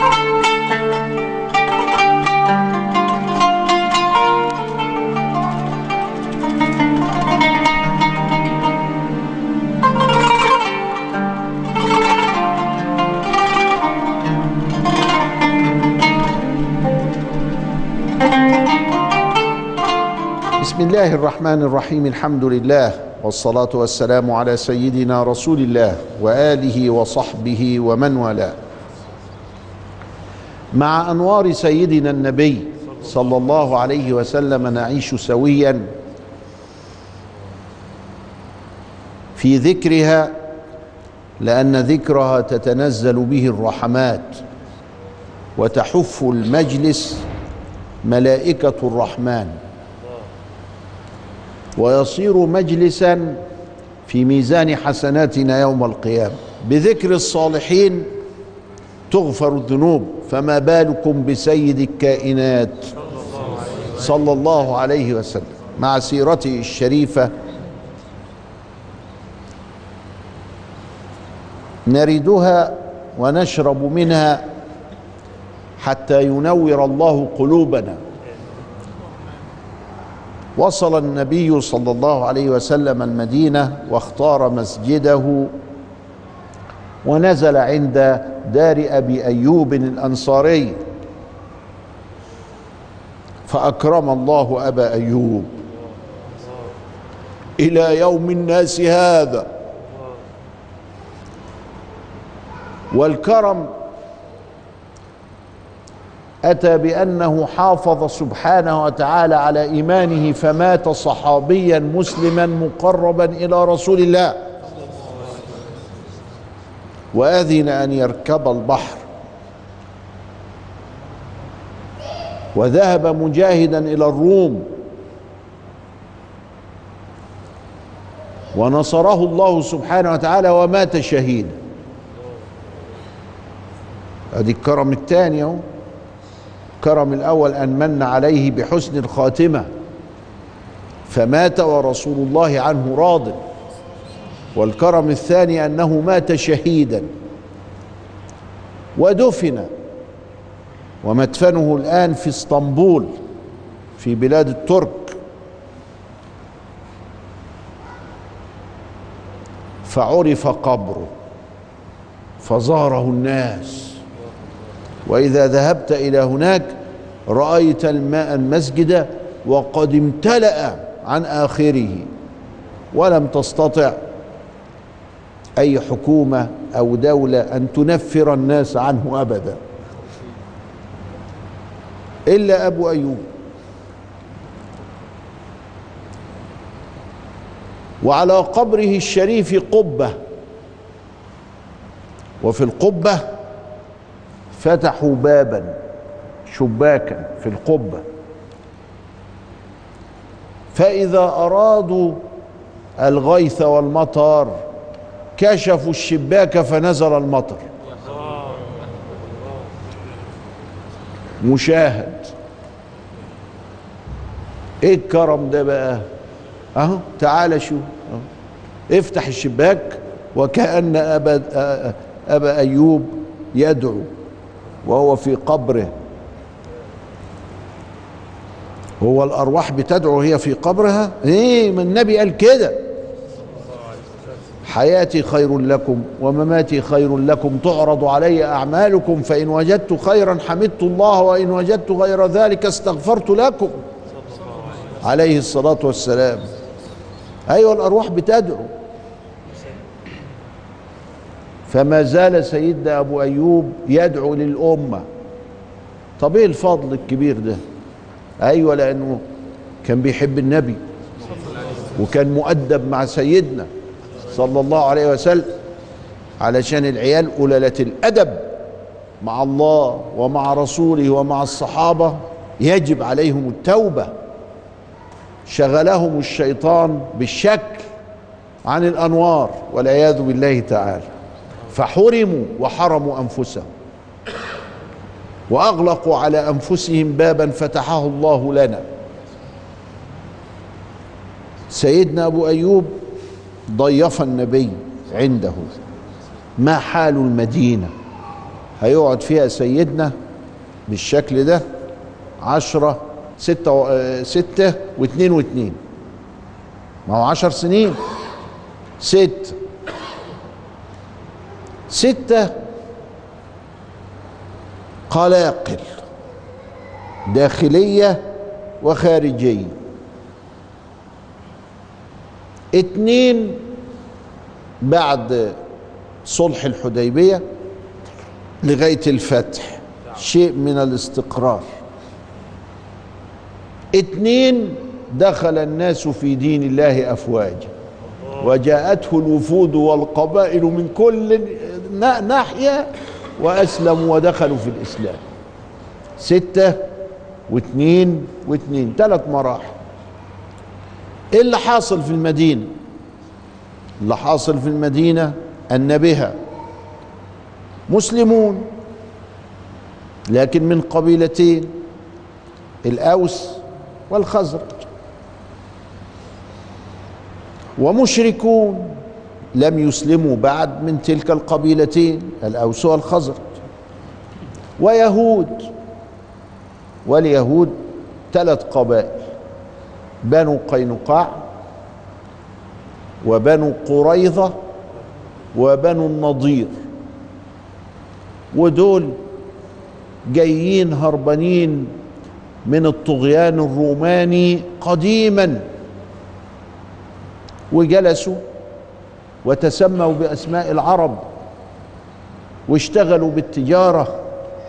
بسم الله الرحمن الرحيم. الحمد لله والصلاة والسلام على سيدنا رسول الله وآله وصحبه ومن والاه. مع أنوار سيدنا النبي صلى الله عليه وسلم نعيش سويا في ذكرها، لأن ذكرها تتنزل به الرحمات وتحف المجلس ملائكة الرحمن، ويصير مجلسا في ميزان حسناتنا يوم القيامة. بذكر الصالحين تغفر الذنوب، فما بالكم بسيد الكائنات صلى الله عليه وسلم مع سيرته الشريفة. نردها ونشرب منها حتى ينور الله قلوبنا. وصل النبي صلى الله عليه وسلم المدينة واختار مسجده، ونزل عند دار أبي أيوب الأنصاري، فأكرم الله أبا أيوب إلى يوم الناس هذا. والكرم أتى بأنه حافظ سبحانه وتعالى على إيمانه، فمات صحابيا مسلما مقربا إلى رسول الله، وأذن أن يركب البحر، وذهب مجاهدا إلى الروم، ونصره الله سبحانه وتعالى ومات شهيدا. هذه الكرم الثاني اهو. الكرم الأول أن من عليه بحسن الخاتمة فمات ورسول الله عنه راض، والكرم الثاني أنه مات شهيدا ودفن، ومدفنه الآن في اسطنبول في بلاد الترك. فعرف قبره فزاره الناس، وإذا ذهبت إلى هناك رأيت المسجد وقد امتلأ عن آخره، ولم تستطع أي حكومة أو دولة أن تنفر الناس عنه أبدا إلا أبو أيوب. وعلى قبره الشريف قبة، وفي القبة فتحوا بابا شباكا في القبة، فإذا أرادوا الغيث والمطر كشفوا الشباك فنزل المطر. مشاهد. ايه الكرم ده بقى؟ اهو تعال شوف، افتح الشباك وكأن أبا أيوب يدعو وهو في قبره. هو الأرواح بتدعو هي في قبرها؟ ايه، ما النبي قال كده: حياتي خير لكم ومماتي خير لكم، تعرض علي أعمالكم، فإن وجدت خيرا حمدت الله، وإن وجدت غير ذلك استغفرت لكم، عليه الصلاة والسلام. أيوة، الأرواح بتدعو. فما زال سيدنا أبو أيوب يدعو للأمة. طب ايه الفضل الكبير ده؟ أيوة، لأنه كان بيحب النبي وكان مؤدب مع سيدنا صلى الله عليه وسلم، علشان العيال قلالة الأدب مع الله ومع رسوله ومع الصحابة يجب عليهم التوبة. شغلهم الشيطان بالشكل عن الأنوار والعياذ بالله تعالى، فحرموا وحرموا أنفسهم وأغلقوا على أنفسهم بابا فتحه الله لنا. سيدنا أبو أيوب ضيف النبي عنده. ما حال المدينة؟ هيقعد فيها سيدنا بالشكل ده 10 6 و2 و2، ما هو 10 سنين. 6 قلاقل داخلية وخارجية. 2 بعد صلح الحديبية لغاية الفتح شيء من الاستقرار. 2 دخل الناس في دين الله أفواجا وجاءته الوفود والقبائل من كل ناحية وأسلموا ودخلوا في الإسلام. 6 و2 و2، 3 مراحل. إيه اللي حاصل في المدينة؟ اللي حاصل في المدينة أن بها مسلمون لكن من قبيلتين، الأوس والخزرج، ومشركون لم يسلموا بعد من تلك القبيلتين الأوس والخزرج، ويهود، واليهود 3 قبائل: بنو قينقاع وبنو قريظة وبنو النضير. ودول جايين هربانين من الطغيان الروماني قديما، وجلسوا وتسموا بأسماء العرب واشتغلوا بالتجارة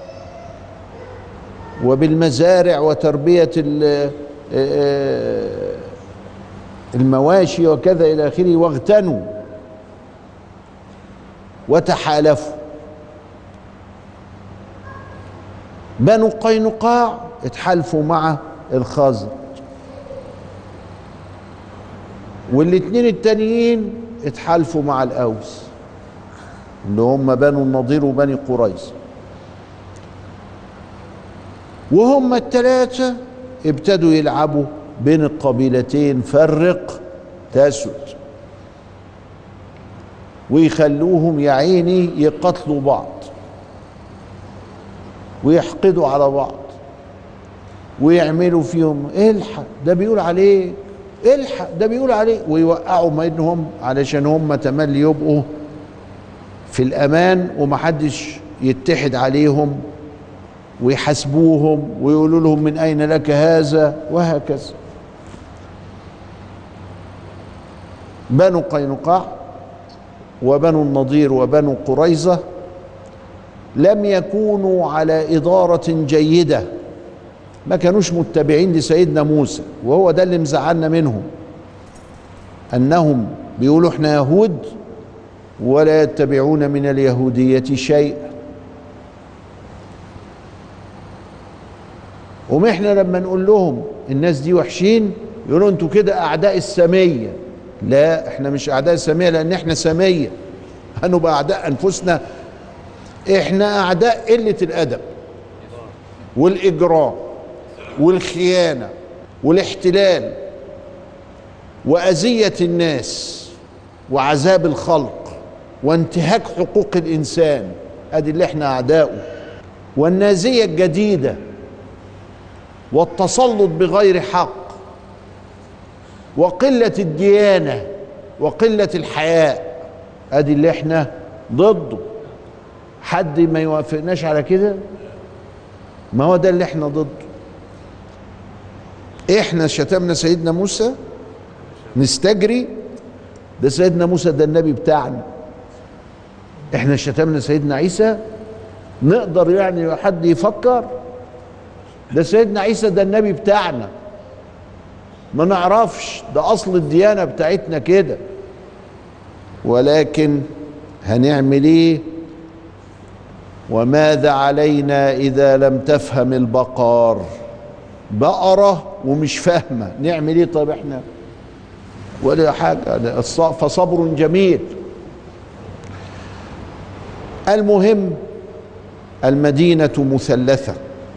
وبالمزارع وتربية المواشي وكذا إلى آخره، واغتنوا وتحالفوا. بنو قينقاع اتحالفوا مع الخزرج، والاتنين التانيين اتحالفوا مع الأوس اللي هم بنو النضير وبني قريظة. وهم ال3 ابتدوا يلعبوا بين القبيلتين، فرق تسد، ويخلوهم يا عيني يقتلوا بعض ويحقدوا على بعض ويعملوا فيهم الحق ده بيقول عليه، الحق ده بيقول عليه، ويوقعوا منهم علشان هم تملي يبقوا في الأمان ومحدش يتحد عليهم ويحاسبوهم ويقولوا لهم من أين لك هذا، وهكذا. بنو قينقاع وبنو النضير وبنو قريظة لم يكونوا على إدارة جيدة، ما كانوش متبعين لسيدنا موسى، وهو ده اللي مزعلنا منهم، أنهم بيقولوا احنا يهود ولا يتبعون من اليهودية شيء. احنا لما نقول لهم الناس دي وحشين يقولوا انتوا كده أعداء السامية. لا، احنا مش أعداء السامية، لأن احنا سامية، هنبقى أعداء أنفسنا. احنا أعداء قلة الأدب والإجرام والخيانة والاحتلال وأذية الناس وعذاب الخلق وانتهاك حقوق الإنسان، ادي اللي احنا أعداؤه. والنازية الجديدة والتسلط بغير حق وقلة الديانة وقلة الحياء، ادي اللي احنا ضده. حد ما يوافقناش على كده، ما هو ده اللي احنا ضده. احنا شتمنا سيدنا موسى نستجري؟ ده سيدنا موسى ده النبي بتاعنا. احنا شتمنا سيدنا عيسى نقدر يعني حد يفكر؟ ده سيدنا عيسى ده النبي بتاعنا، ما نعرفش، ده اصل الديانة بتاعتنا كده. ولكن هنعمل ايه؟ وماذا علينا إذا لم تفهم البقر؟ بقرة ومش فاهمة، نعمل ايه؟ طيب احنا ولا حاجة، فصبر جميل. المهم المدينة مثلثة،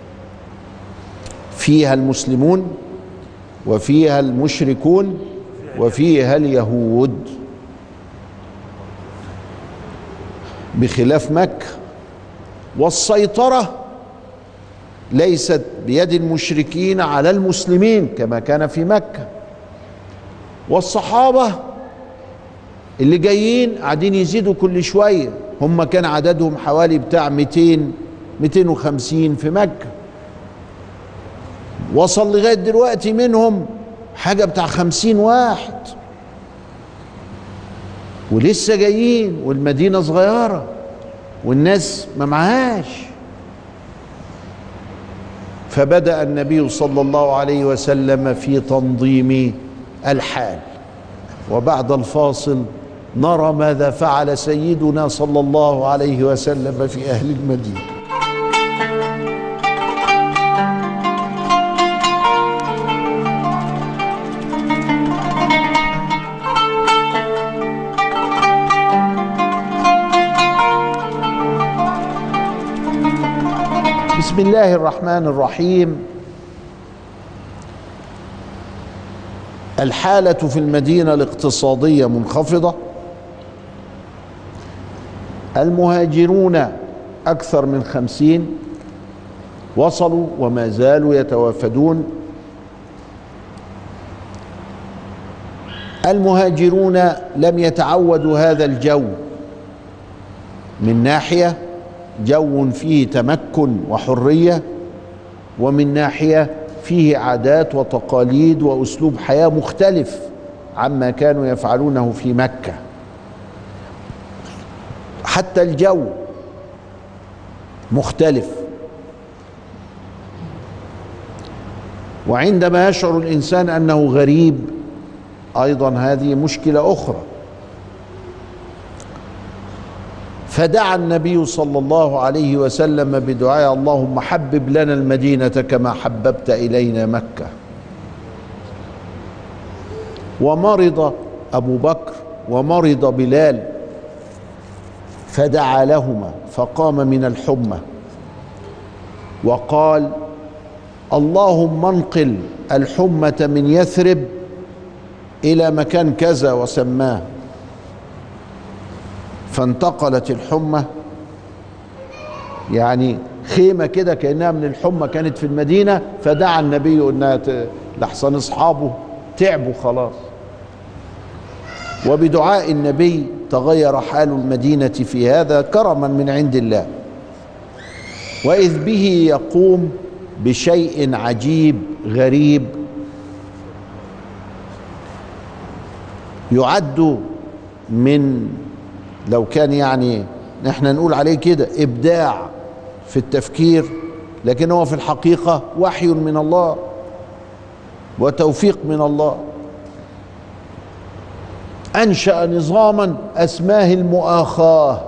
فيها المسلمون وفيها المشركون وفيها اليهود، بخلاف مكة والسيطرة ليست بيد المشركين على المسلمين كما كان في مكة. والصحابة اللي جايين قاعدين يزيدوا كل شوية، هم كان عددهم حوالي بتاع 200 250 في مكة، وصل لغاية دلوقتي منهم حاجة بتاع 50 واحد ولسه جايين، والمدينة صغيرة والناس ما معهاش. فبدأ النبي صلى الله عليه وسلم في تنظيم الحال، وبعد الفاصل نرى ماذا فعل سيدنا صلى الله عليه وسلم في أهل المدينة. بسم الله الرحمن الرحيم. الحالة في المدينة الاقتصادية منخفضة، المهاجرون أكثر من 50 وصلوا وما زالوا يتوافدون. المهاجرون لم يتعودوا هذا الجو، من ناحية جو فيه تمكن وحرية، ومن ناحية فيه عادات وتقاليد وأسلوب حياة مختلف عما كانوا يفعلونه في مكة. حتى الجو مختلف. وعندما يشعر الإنسان أنه غريب أيضا هذه مشكلة أخرى. فدعا النبي صلى الله عليه وسلم بدعاء: اللهم حبب لنا المدينة كما حببت إلينا مكة. ومرض أبو بكر ومرض بلال، فدعا لهما فقام من الحمى وقال: اللهم انقل الحمة من يثرب إلى مكان كذا، وسماه. فانتقلت الحمى، يعني خيمة كده كأنها من الحمى كانت في المدينة، فدعا النبي انها لحسن اصحابه تعبوا خلاص. وبدعاء النبي تغير حال المدينة في هذا كرما من عند الله. وإذ به يقوم بشيء عجيب غريب يعد من، لو كان يعني نحن نقول عليه كده إبداع في التفكير، لكن هو في الحقيقة وحي من الله وتوفيق من الله. أنشأ نظاما أسماه المؤاخاة،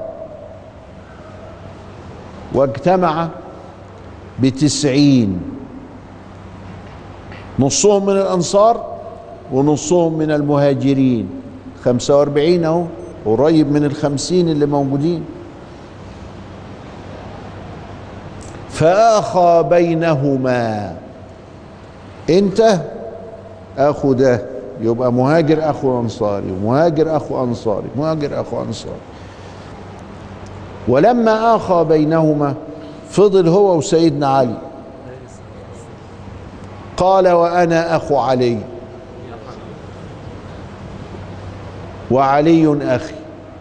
واجتمع ب90، نصهم من الأنصار ونصهم من المهاجرين، 45 أهو، قريب من 50 اللي موجودين. فآخى بينهما، انت اخو ده، يبقى مهاجر اخو انصاري، ومهاجر اخو انصاري، مهاجر اخو انصاري. ولما آخى بينهما فضل هو وسيدنا علي، قال: وأنا أخو علي وعلي أخي.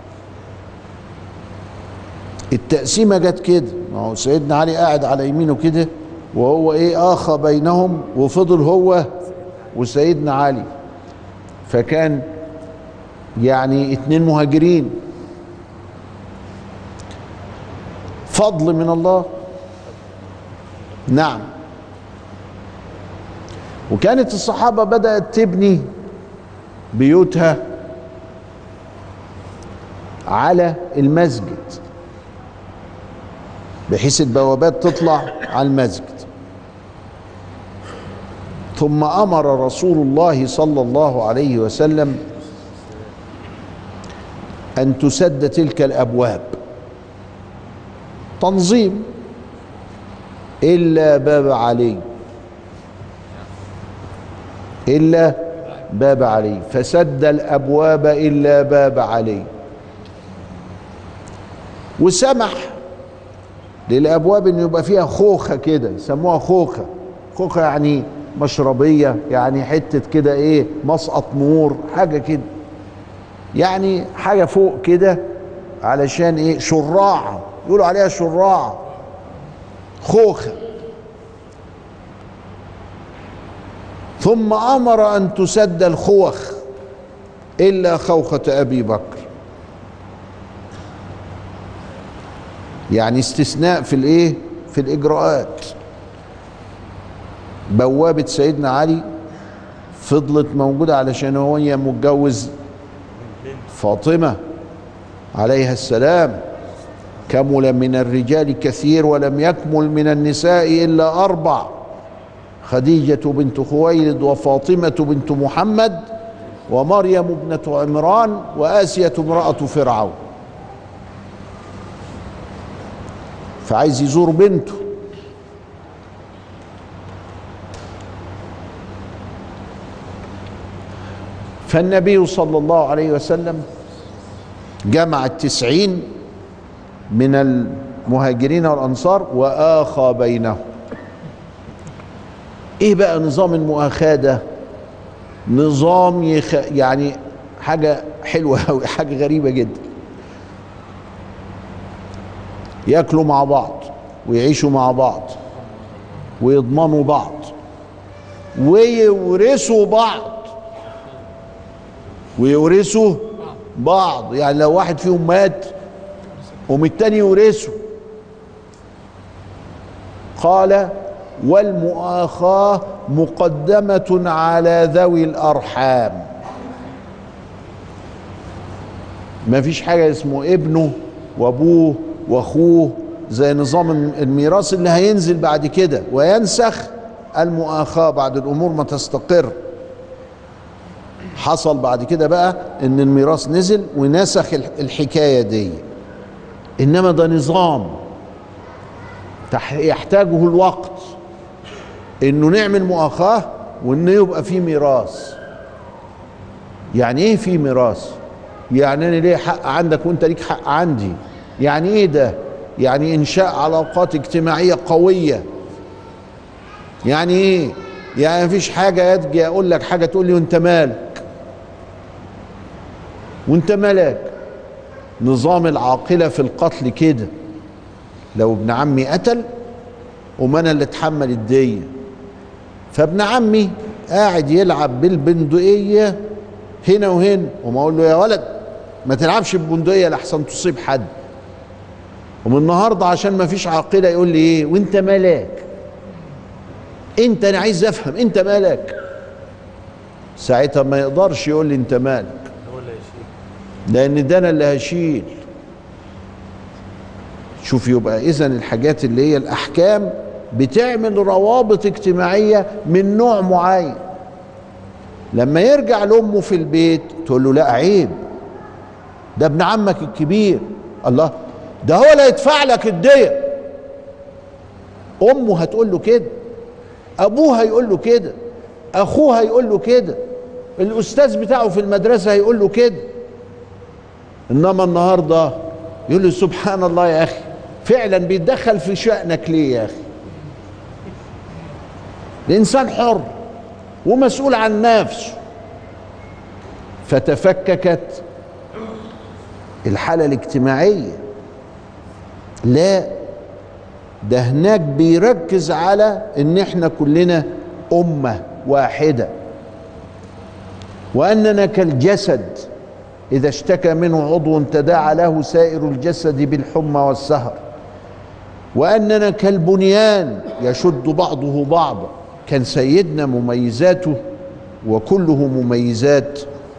التقسيمة جت كده، ما هو سيدنا علي قاعد على يمينه كده، وهو ايه آخى بينهم، وفضل هو وسيدنا علي، فكان يعني 2 مهاجرين. فضل من الله. نعم. وكانت الصحابة بدأت تبني بيوتها على المسجد، بحيث البوابات تطلع على المسجد. ثم أمر رسول الله صلى الله عليه وسلم أن تسد تلك الأبواب، تنظيم، إلا باب علي، إلا باب علي، فسد الأبواب إلا باب علي. وسمح للابواب ان يبقى فيها خوخه كده، يسموها خوخه. خوخه يعني مشربيه، يعني حته كده ايه، مسقط نور، حاجه كده، يعني حاجه فوق كده، علشان ايه، شراعه، يقولوا عليها شراعه، خوخه. ثم امر ان تسد الخوخ الا خوخه ابي بكر، يعني استثناء في الايه، في الاجراءات. بوابه سيدنا علي فضلت موجوده علشان هو متجوز فاطمه عليها السلام. كمل من الرجال كثير ولم يكمل من النساء الا 4: خديجه بنت خويلد، وفاطمه بنت محمد، ومريم ابنه عمران، وآسية امرأة فرعون. فعايز يزور بنته. فالنبي صلى الله عليه وسلم جمع 90 من المهاجرين والأنصار وآخى بينهم. ايه بقى نظام المؤاخاة ده؟ نظام يعني حاجة حلوة أوي، حاجة غريبة جدا. ياكلوا مع بعض ويعيشوا مع بعض ويضمنوا بعض ويورثوا بعض، ويورثوا بعض، يعني لو واحد فيهم مات قوم التاني يورثه. قال: والمؤاخاة مقدمة على ذوي الأرحام. ما فيش حاجة اسمه ابنه وابوه واخوه زي نظام الميراث اللي هينزل بعد كده وينسخ المؤاخاة بعد الأمور ما تستقر. حصل بعد كده بقى ان الميراث نزل ونسخ الحكاية دي، انما ده نظام يحتاجه الوقت، انه نعمل مؤاخاة وانه يبقى فيه ميراث. يعني ايه فيه ميراث؟ يعني انا ليه حق عندك وانت ليك حق عندي. يعني ايه ده؟ يعني انشاء علاقات اجتماعية قوية. يعني ايه؟ يعني مفيش حاجة اجي اقول لك حاجة تقول لي وانت مالك، وانت مالك. نظام العاقلة في القتل كده، لو ابن عمي قتل وما انا اللي اتحمل الدية، فابن عمي قاعد يلعب بالبندقية هنا وهنا، وما اقول له يا ولد ما تلعبش بالبندقية لحسن تصيب حد. ومن النهارده عشان ما فيش عاقلة يقول لي ايه وانت مالك، انت، انا عايز افهم انت مالك. ساعتها ما يقدرش يقول لي انت مالك، هو اللي هيشيل، لان ده انا اللي هشيل. شوف، يبقى اذا الحاجات اللي هي الاحكام بتعمل روابط اجتماعية من نوع معين. لما يرجع لامه في البيت تقول له لا عيب، ده ابن عمك الكبير. الله، ده هو اللي هيدفع لك الدية. امه هتقول له كده، ابوه هيقول له كده، اخوه هيقول له كده، الاستاذ بتاعه في المدرسة هيقول له كده. انما النهارده يقول له سبحان الله يا اخي، فعلا بيتدخل في شأنك ليه يا اخي؟ الانسان حر ومسؤول عن نفسه. فتفككت الحالة الاجتماعية. لا، ده هناك بيركز على ان احنا كلنا امة واحدة، واننا كالجسد اذا اشتكى منه عضو تداعى له سائر الجسد بالحمى والسهر، واننا كالبنيان يشد بعضه بعضا. كان سيدنا مميزاته وكله مميزات،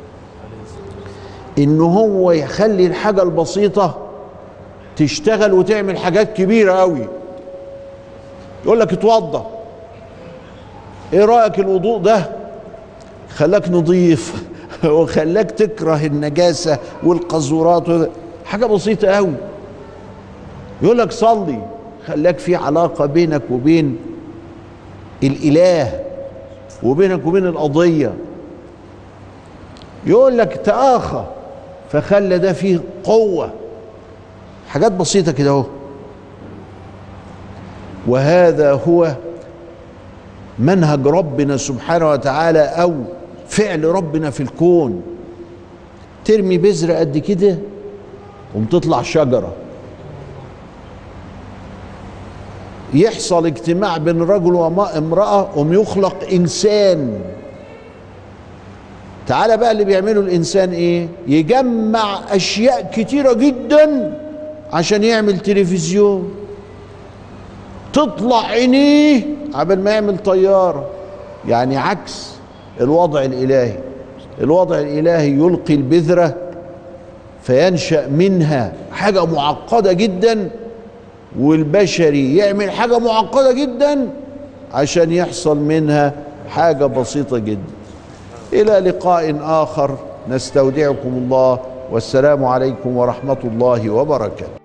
انه هو يخلي الحاجة البسيطة تشتغل وتعمل حاجات كبيرة قوي. يقول لك اتوضى، ايه رأيك الوضوء ده خلاك نظيف وخلاك تكره النجاسة والقذورات، حاجة بسيطة قوي. يقول لك صلي، خلاك في علاقة بينك وبين الإله وبينك وبين القضية. يقول لك تآخى، فخلى ده فيه قوة. حاجات بسيطة كده اهو. وهذا هو منهج ربنا سبحانه وتعالى أو فعل ربنا في الكون. ترمي بذرة قد كده وبتطلع شجرة، يحصل اجتماع بين رجل وامرأة ويخلق إنسان. تعالى بقى اللي بيعمله الإنسان إيه؟ يجمع أشياء كتيرة جدا عشان يعمل تلفزيون، تطلع عينيه قبل ما يعمل طيارة. يعني عكس الوضع الإلهي. الوضع الإلهي يلقي البذرة فينشأ منها حاجة معقدة جدا، والبشري يعمل حاجة معقدة جدا عشان يحصل منها حاجة بسيطة جدا. إلى لقاء آخر، نستودعكم الله، والسلام عليكم ورحمة الله وبركاته.